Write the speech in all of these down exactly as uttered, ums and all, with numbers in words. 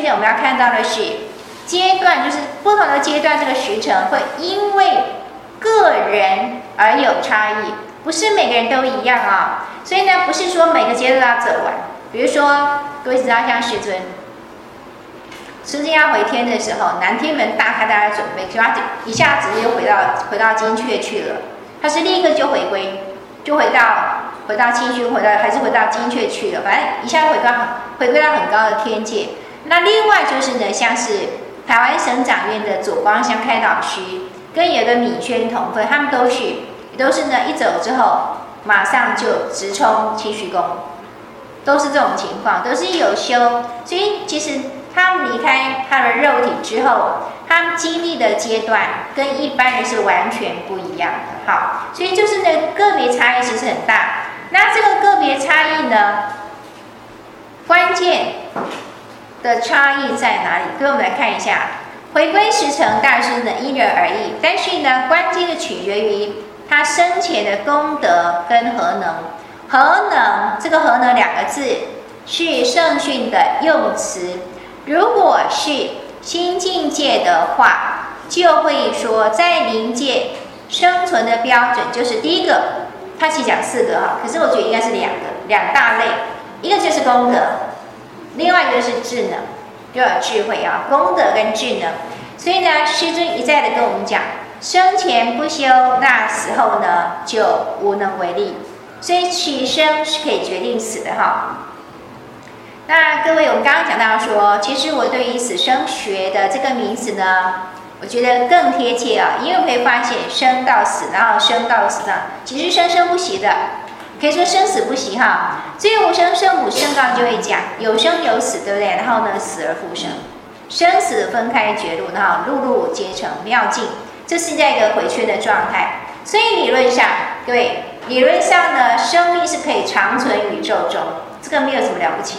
以呢，我们要看到的是阶段，就是不同的阶段，这个时辰会因为个人而有差异，不是每个人都一样啊、哦。所以呢，不是说每个阶段都要走完。比如说，各位知道像师尊，师尊要回天的时候，南天门大开，大家准备，就他一下子就回到回到金阙去了。他是立刻就回归，就回到回到清虚，回到还是回到金阙去了，反正一下回到回归到很高的天界。那另外就是呢，像是台湾省长院的左光香开导师，跟有个米宣同分，他们都是都是呢一走之后，马上就直冲清虚宫，都是这种情况，都是有修。所以其实他们离开他的肉体之后，他们经历的阶段跟一般人是完全不一样的。好，所以就是呢个别差异其实很大。那这个个别差异呢，关键的差异在哪里？各位我们来看一下，回归时辰当然是呢因人而异，但是呢关键的取决于他生前的功德跟核能。核能这个核能两个字是圣训的用词，如果是新境界的话，就会说在灵界生存的标准就是第一个，它其实讲四个哈，可是我觉得应该是两个两大类，一个就是功德，另外一个就是智能，就有智慧啊，功德跟智能。所以呢，师尊一再的跟我们讲，生前不修，那死后呢就无能为力。所以取生是可以决定死的哈。那各位，我们刚刚讲到说，其实我对于死生学的这个名词呢，我觉得更贴切啊，因为会发现生到死，然后生到死呢，其实生生不息的，可以说生死不息哈。所以无生生母圣纲就会讲有生有死，对不对？然后呢，死而复生，生死分开绝路，然后路路皆成妙境，这是在一个回圈的状态。所以理论上，各位。理论上呢，生命是可以长存宇宙中，这个没有什么了不起，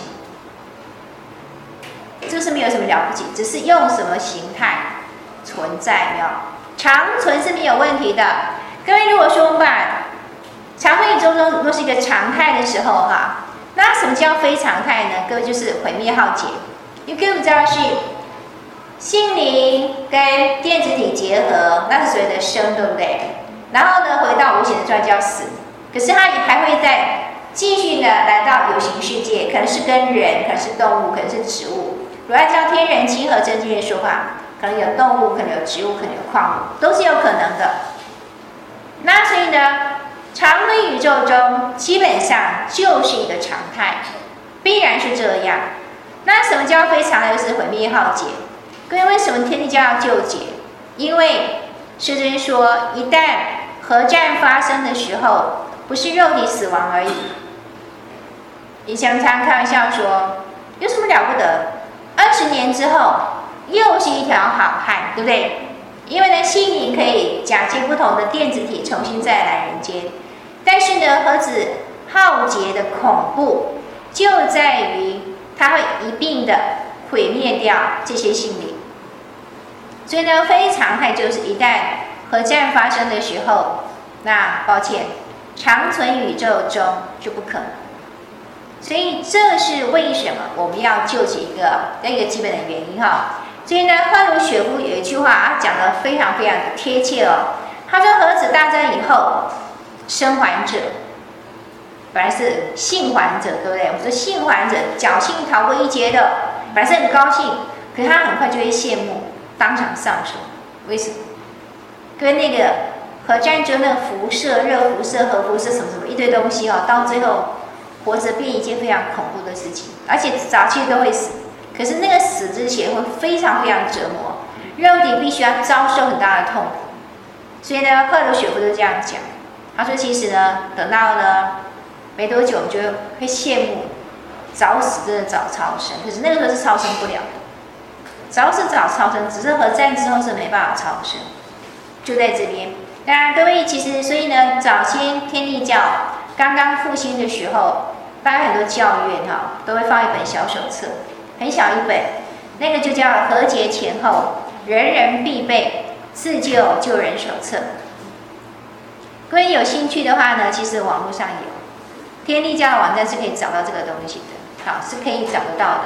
这个是没有什么了不起，只是用什么形态存在，没有长存是没有问题的。各位，如果说我们把长存宇宙中如果是一个常态的时候哈，那什么叫非常态呢？各位就是毁灭浩劫，因为各位知道是性灵跟电子体结合，那是所谓的生，对不对？然后呢，回到无形的状态叫死，可是它也还会再继续的来到有形世界，可能是跟人，可能是动物，可能是植物。如果按照天人亲和真经的说法，可能有动物，可能有植物，可能有矿物，都是有可能的。那所以呢，常规宇宙中基本上就是一个常态，必然是这样。那什么叫非常态？就是毁灭浩劫。各位，为什么天地教要救劫？因为师尊说，一旦核战发生的时候，不是肉体死亡而已。以前常常开玩笑说，有什么了不得？二十年之后，又是一条好汉，对不对？因为呢，心灵可以假借不同的电子体重新再来人间。但是呢，核子浩劫的恐怖就在于它会一并的毁灭掉这些心灵。所以呢，非常态就是一旦核战发生的时候，那抱歉，长存宇宙中就不可能。所以这是为什么我们要救起一个一个基本的原因哈。所以呢，赫鲁雪夫有一句话，他讲的非常非常的贴切哦。他说，核子大战以后，生还者本来是幸还者，对不对？我们说幸还者侥幸逃过一劫的，本来是很高兴，可是他很快就会羡慕，当场丧生。为什么？跟那个核战争那个辐射、热辐射、核辐射什么什么一堆东西哦，到最后活着变一件非常恐怖的事情，而且早期都会死。可是那个死之前会非常非常折磨，肉体必须要遭受很大的痛苦。所以呢，赫鲁雪夫就这样讲，他说其实呢，等到呢没多久，我们就会羡慕早死真的早超生，可是那个时候是超生不了的，早死早超生，只是核战之后是没办法超生，就在这边。当然，各位其实所以呢，早先天地教刚刚复兴的时候，大概很多教院哈都会放一本小手册。很小一本，那个就叫《核劫前后人人必备自救救人手册》。各位有兴趣的话呢，其实网络上有天地教的网站是可以找到这个东西的，好，是可以找得到的。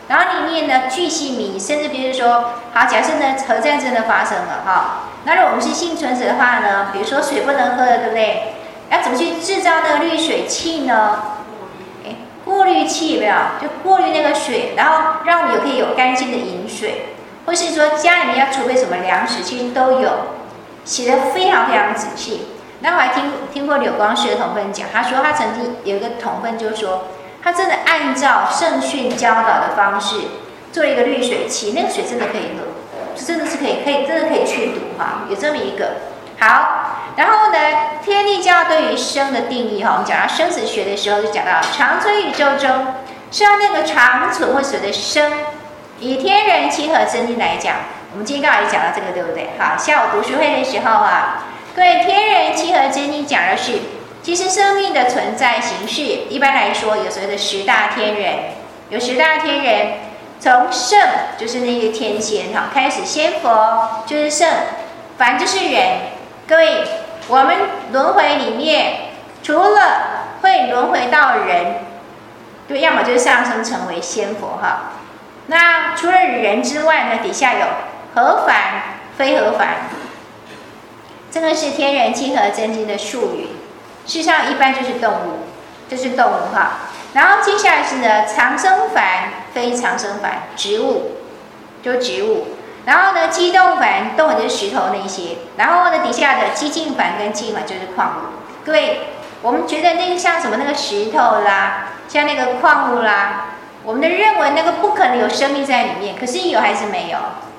然后里面呢巨细靡遗，甚至比如说，好，假设呢核战真的发生了哈，那如果我们是幸存者的话呢，比如说水不能喝了，对不对？要怎么去制造那个滤水器呢？哎，过滤器有没有？就过滤那个水，然后让我们有可以有干净的饮水，或是说家里面要储备什么粮食，其实都有，写得非常非常仔细。那我还听听过柳光师的同分讲，他说他曾经有一个同分就说，他真的按照圣训教导的方式做一个滤水器，那个水真的可以喝，真的是可以可以真的可以去毒哈，有这么一个。好，然后呢，天地教对于生的定义哈，我们讲到生死学的时候就讲到长存宇宙中，是要那个长存或所谓的生，以天人亲和真经来讲，我们今天刚好也讲到这个，对不对？好，下午读书会的时候啊，各位天人亲和真经讲的是，其实生命的存在形式，一般来说有所谓的十大天人，有十大天人，从圣就是那些天仙哈，开始仙佛就是圣，凡就是人。各位，我们轮回里面，除了会轮回到人，对，要么就是上升成为仙佛哈。那除了人之外呢，底下有合凡、非合凡，这个是天人亲和真经的术语。事实上，一般就是动物，就是动物哈。然后接下来是呢，长生凡、非长生凡，植物，就植物。然后呢，机动凡，动的就是石头那些。然后呢，底下的机静凡跟静凡就是矿物。各位，我们觉得那个像什么那个石头啦，像那个矿物啦，我们的认为那个不可能有生命在里面，可是有还是没有？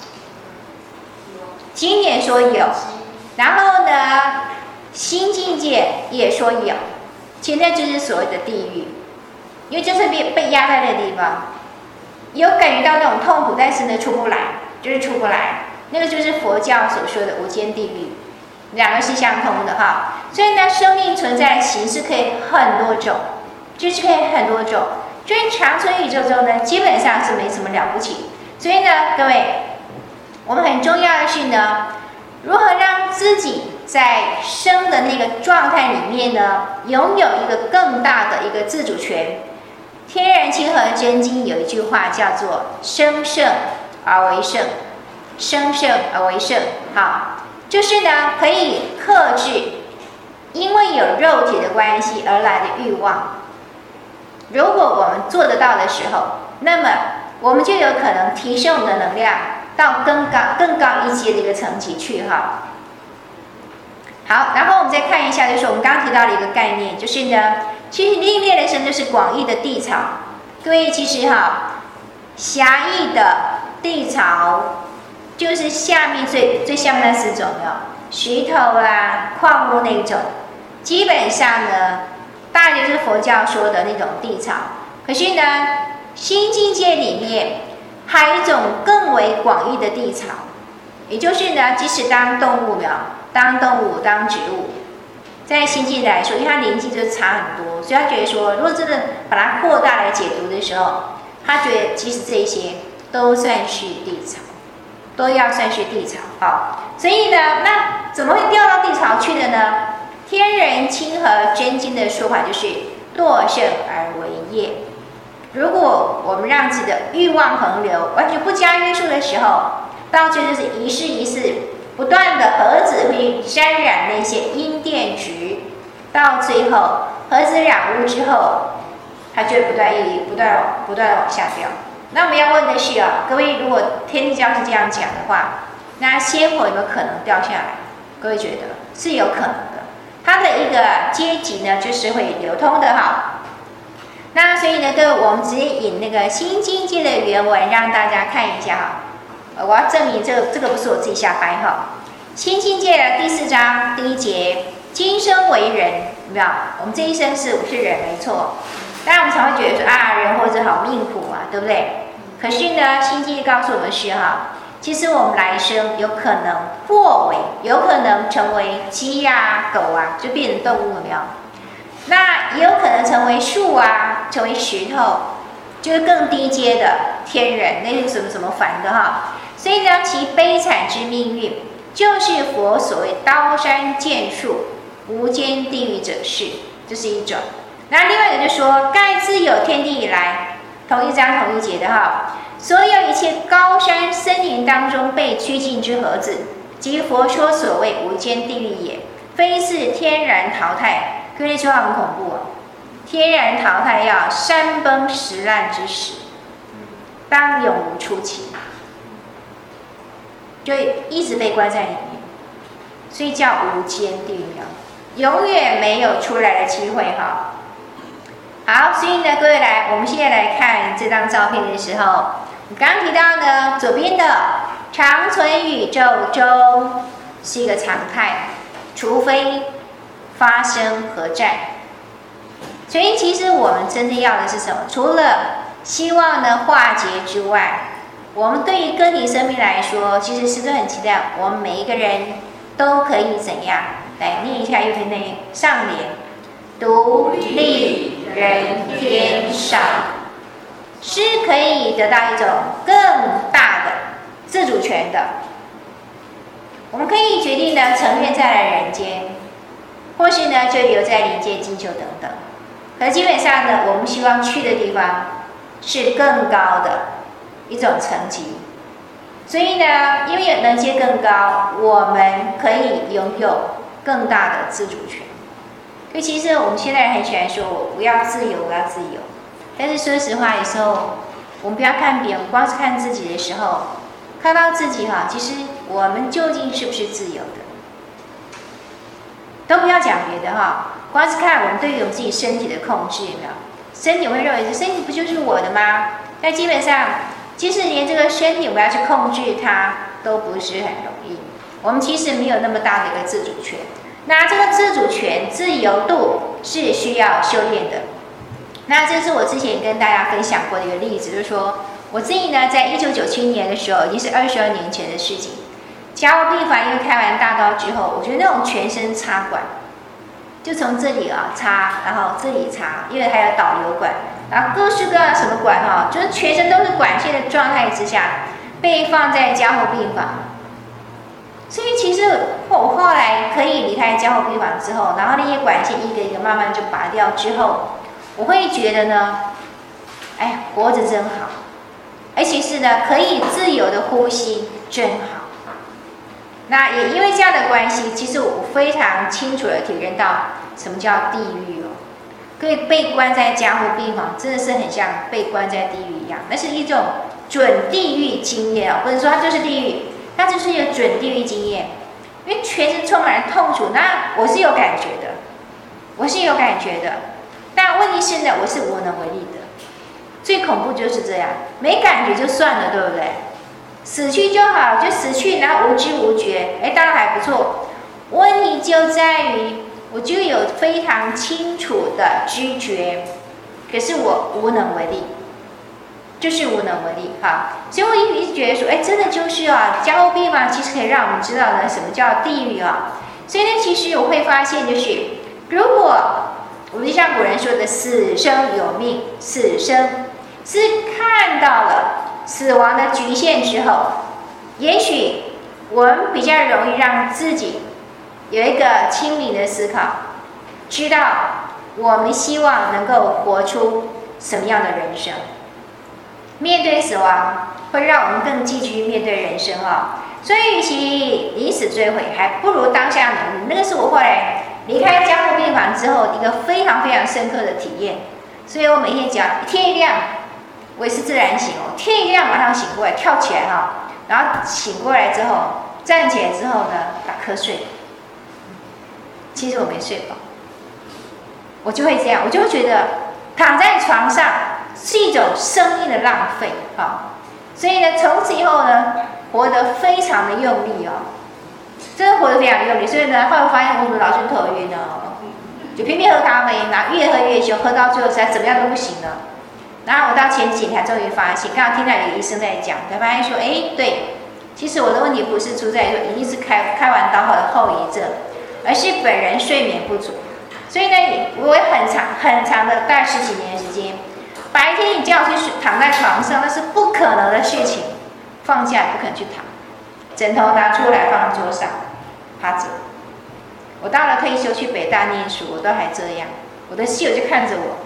经典说有。然后呢，新境界也说有。其实那就是所谓的地狱，因为就是被被压在那个地方，有感觉到那种痛苦，但是呢出不来。就是出不来，那个就是佛教所说的无间地狱，两个是相通的哈。所以呢，生命存在的形式可以很多种，就是可以很多种。所以长存宇宙中呢，基本上是没什么了不起。所以呢，各位，我们很重要的是呢，如何让自己在生的那个状态里面呢，拥有一个更大的一个自主权。天人亲和真经有一句话叫做“生胜而为胜”，生胜而为胜，好，就是呢可以克制因为有肉体的关系而来的欲望。如果我们做得到的时候，那么我们就有可能提升我们的能量到更高更高一阶的一个层级去哈。好，然后我们再看一下，就是我们刚刚提到的一个概念，就是呢，其实另类的生就是广义的地槽。各位，其实哈，狭义的地槽就是下面最最下面那四种，有没有？石头啦、矿物那种，基本上呢，大概就是佛教说的那种地槽。可是呢，新境界里面还有一种更为广义的地槽，也就是呢，即使当动物没有，当动物当植物，在新境来说，因为它年纪就差很多，所以他觉得说，如果真的把它扩大来解读的时候，他觉得即使这一些都算是地槽，都要算是地槽。好，所以呢，那怎么会掉到地槽去的呢？天人亲和真经的说法就是堕圣而为业。如果我们让自己的欲望横流，完全不加约束的时候，到最后就是一世一世不断的核子会沾染那些阴电值，到最后核子染污之后，它就会不断一不断不断的往下掉。那我们要问的是啊，各位，如果天地教是这样讲的话，那仙火有没有可能掉下来？各位觉得是有可能的，它的一个阶级呢，就是会流通的哈。那所以呢，各位，我们直接引那个新境界的原文让大家看一下哈。我要证明这个这个不是我自己瞎掰哈。新境界的第四章第一节，今生为人，有没有？我们这一生是是人没错。当然我们常会觉得说啊，人活着好命苦啊，对不对？可是呢，新境界告诉我们是哈，其实我们来生有可能或为，有可能成为鸡啊、狗啊，就变成动物，有没有？那也有可能成为树啊，成为石头，就是更低阶的天人，那是什么什么凡的哈。所以呢，其悲惨之命运，就是佛所谓刀山剑树、无间地狱者是，这是一种。那另外一个就说，盖自有天地以来， 同一章同一节的哈。所有一切高山森林当中被拘禁之盒子，即佛说所谓无间地狱也，非是天然淘汰。各位，这句话很恐怖哦。天然淘汰要山崩石烂之时，当永无出期，就一直被关在里面，所以叫无间地狱，永远没有出来的机会哈。好，所以呢，各位来，我们现在来看这张照片的时候，我刚刚提到呢，左边的长存宇宙中是一个常态，除非发生核战。所以其实我们真正要的是什么？除了希望呢化解之外，我们对于个体生命来说，其实是都很期待我们每一个人都可以怎样？来念一下右边那上联：独立人天上，是可以得到一种更大的自主权的。我们可以决定呢，成愿再来人间，或是呢就留在灵界进修等等。可基本上呢，我们希望去的地方是更高的一种层级。所以呢，因为能阶更高，我们可以拥有更大的自主权。所以其实我们现在人很喜欢说，我不要自由，我要自由。但是说实话，有时候我们不要看别人，光是看自己的时候，看到自己哈，其实我们究竟是不是自由的？都不要讲别的哈，光是看我们对于我们自己身体的控制有没有？身体会认为这身体不就是我的吗？但基本上，即使连这个身体我们要去控制它，都不是很容易。我们其实没有那么大的一个自主权。那这个自主权、自由度是需要修炼的。那这是我之前跟大家分享过的一个例子，就是说我自己呢，在一九九七年的时候，已经是二十二年前的事情。加护病房因为开完大刀之后，我觉得那种全身插管，就从这里啊插，然后这里插，因为还有导流管，然后各式各样什么管哈，就是全身都是管线的状态之下，被放在加护病房。所以其实我后来可以离开加护病房之后，然后那些管线一个一个慢慢就拔掉之后，我会觉得呢，哎，活着真好，而且是呢可以自由的呼吸，真好。那也因为这样的关系，其实我非常清楚的体认到什么叫地狱哦。可以被关在加护病房，真的是很像被关在地狱一样，那是一种准地狱经验哦，不是说它就是地狱，它就是一个准地狱经验，因为全身充满了痛楚，那我是有感觉的，我是有感觉的，但问题是呢，我是无能为力的。最恐怖就是这样，没感觉就算了，对不对？死去就好，就死去，然后无知无觉，哎，当然还不错。问题就在于，我就有非常清楚的知觉，可是我无能为力，就是无能为力哈。所以我一直觉得说，哎，真的就是啊，加护病房其实可以让我们知道呢，什么叫地狱啊。所以呢，其实我会发现，就是如果我们就像古人说的“死生有命”，死生是看到了死亡的局限之后，也许我们比较容易让自己有一个清明的思考，知道我们希望能够活出什么样的人生。面对死亡，会让我们更积极面对人生啊、哦。所以，与其以死追悔，还不如当下努力。那个是我后来离开加护病房之后一个非常非常深刻的体验。所以我每天只要天一亮，我也是自然醒哦，天一亮马上醒过来，跳起来哈，然后醒过来之后，站起来之后呢，打瞌睡。其实我没睡饱，我就会这样，我就会觉得躺在床上是一种生命的浪费哈。所以呢，从此以后呢，活得非常的用力哦，真的活得非常用力。所以呢，后来我发现我怎么老是头晕呢？就偏偏喝咖啡，然后越喝越凶，喝到最后实在怎么样都不行了。然后我到前几年才终于发现，刚刚听到有医生在讲，才发现说，哎，对，其实我的问题不是出在说一定是开开完刀后的后遗症，而是本人睡眠不足。所以呢，我有很长很长的大概十几年的时间，白天你叫我去躺在床上，那是不可能的事情，放假也不肯去躺，枕头拿出来放桌上，趴着。我到了退休去北大念书，我都还这样，我的室友就看着我。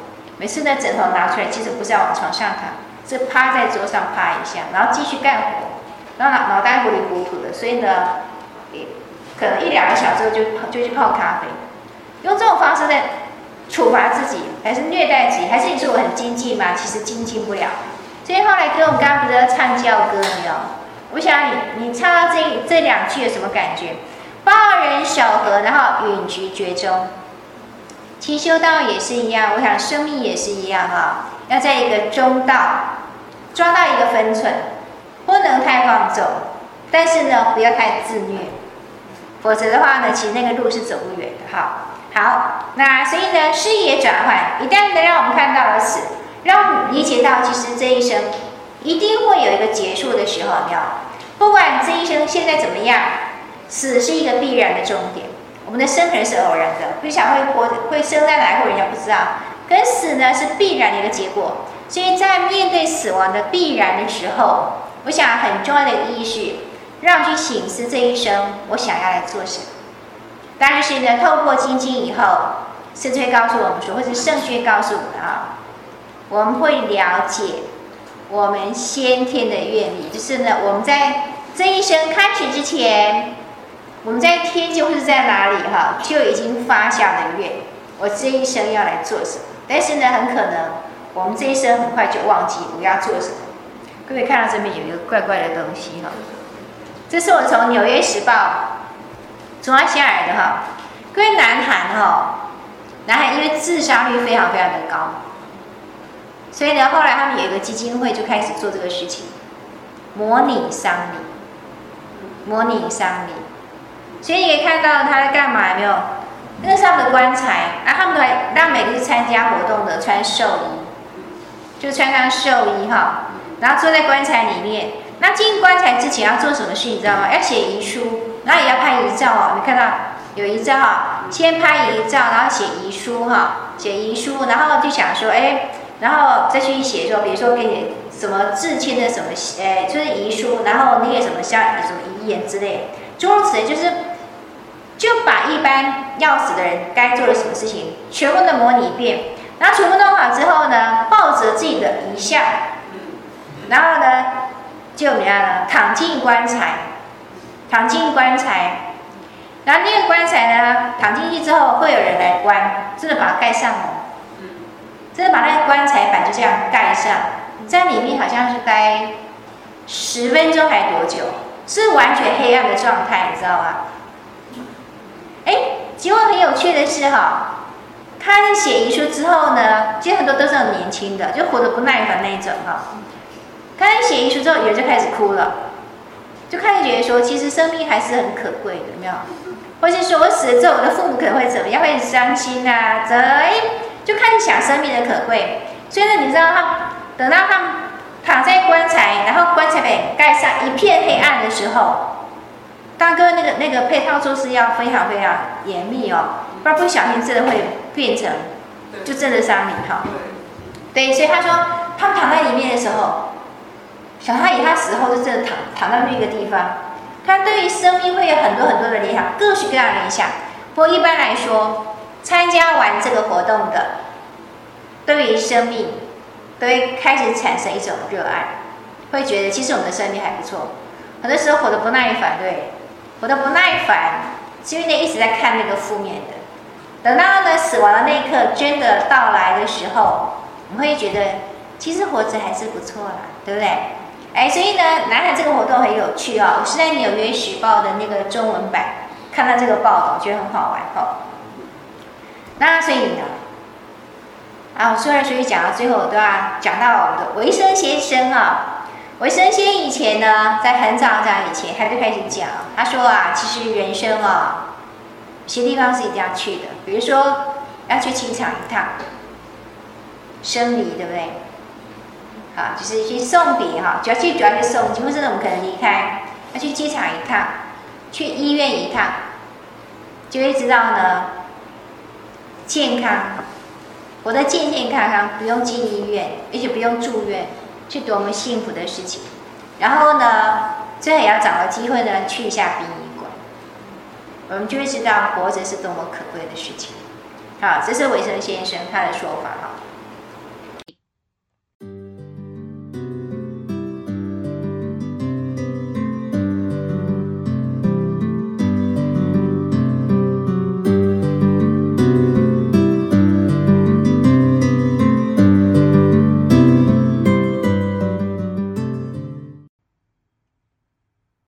每次呢枕头拿出来，其实不是要往床上躺，是趴在桌上趴一下，然后继续干活，然后脑脑袋糊里糊涂的，所以呢，可能一两个小时后就就去泡咖啡，用这种方式在处罚自己，还是虐待自己，还是你说我很精进吗？其实精进不了。所以后来跟我们刚刚不是在唱教歌没有？我想你你唱到这这两句有什么感觉？报人守和，然后允局绝中。其实修道也是一样，我想生命也是一样啊，要在一个中道，抓到一个分寸，不能太放纵，但是呢不要太自虐，否则的话呢，其实那个路是走不远的哈。好，那所以呢，视野转换，一旦能让我们看到了死，让我们理解到，其实这一生一定会有一个结束的时候，有没有？不管这一生现在怎么样，死是一个必然的终点。我们的生可能是偶然的，不晓得会活会生在哪一户人家不知道，跟死呢是必然的一个结果。所以在面对死亡的必然的时候，我想很重要的意义是，让我去省思这一生我想要来做什么。当然是呢，透过精进以后，圣智会告诉我们说，或者圣训告诉我们啊，我们会了解我们先天的愿力，就是呢，我们在这一生开始之前，我们在天界或是在哪里哈，就已经发下的愿，我这一生要来做什么。但是呢，很可能我们这一生很快就忘记我要做什么。各位看到这边有一个怪怪的东西哈，这是我从《纽约时报》从他下来的哈。各位南韩哈，南韩因为自杀率非常非常的高，所以呢，后来他们有一个基金会就开始做这个事情，模拟丧礼，模拟丧礼。所以你可以看到他在干嘛？有没有？那个是他们的棺材啊，他们还让每个去参加活动的穿寿衣，就穿上寿衣哈，然后坐在棺材里面。那进棺材之前要做什么事，你知道吗？要写遗书，然后也要拍遗照哦。你看到有遗照哈，先拍遗照，然后写遗书哈，写遗书，然后就想说，哎，然后再去写说，比如说给你什么致歉的什么，哎，就是遗书，然后那个什么像什么遗言之类，诸如此类，就是就把一般要死的人该做的什么事情全部的模拟一遍，然后全部弄好之后呢，抱着自己的遗像，然后呢就怎么样呢？躺进棺材，躺进棺材，然后那个棺材呢，躺进去之后会有人来关，真的把它盖上了，真的把那个棺材板就这样盖上，在里面好像是待十分钟还多久，是完全黑暗的状态，你知道吗？哎，结果很有趣的是哈，他在写遗书之后呢，其实很多都是很年轻的，就活得不耐烦那一种哈。他在写遗书之后，有人就开始哭了，就开始觉得说，其实生命还是很可贵的，有没有？或是说我死了之后，我的父母可能会怎么样，会很伤心啊，怎哎，就开始想生命的可贵。所以呢，你知道他等到他们躺在棺材，然后棺材被盖上一片黑暗的时候。大哥，那个那个配套措施要非常非常严密哦，不然不小心真的会变成就真的丧礼哈。对，所以他说他们躺在里面的时候，想他以他死后就真的躺躺到那个地方，他对于生命会有很多很多的联想，各式各样的联想。不过一般来说，参加完这个活动的，对于生命都会开始产生一种热爱，会觉得其实我们的生命还不错。很多时候活得不耐烦，对。活得不耐烦，是因为一直在看那个负面的。等到呢死亡的那一刻真的到来的时候，我们会觉得其实活着还是不错啦，对不对？哎，所以呢，南韩这个活动很有趣哦。我是在《纽约时报》的那个中文版看到这个报道，觉得很好玩哦。那所以呢，啊，我说来说去讲到最后，都要讲到我们的维生先生啊。维生先以前呢，在很早很早以前，他就开始讲，他说啊，其实人生啊，有些地方是一定要去的，比如说要去机场一趟，生离，对不对？好，就是去送别哈，主要去主要是送，或是我们可能离开，要去机场一趟，去医院一趟，就会知道呢，健康，活得健健康康，不用进医院，而且不用住院。是多么幸福的事情，然后呢，最后也要找个机会呢，去一下殡仪馆，我们就会知道活着是多么可贵的事情。好，这是维生先生他的说法哈。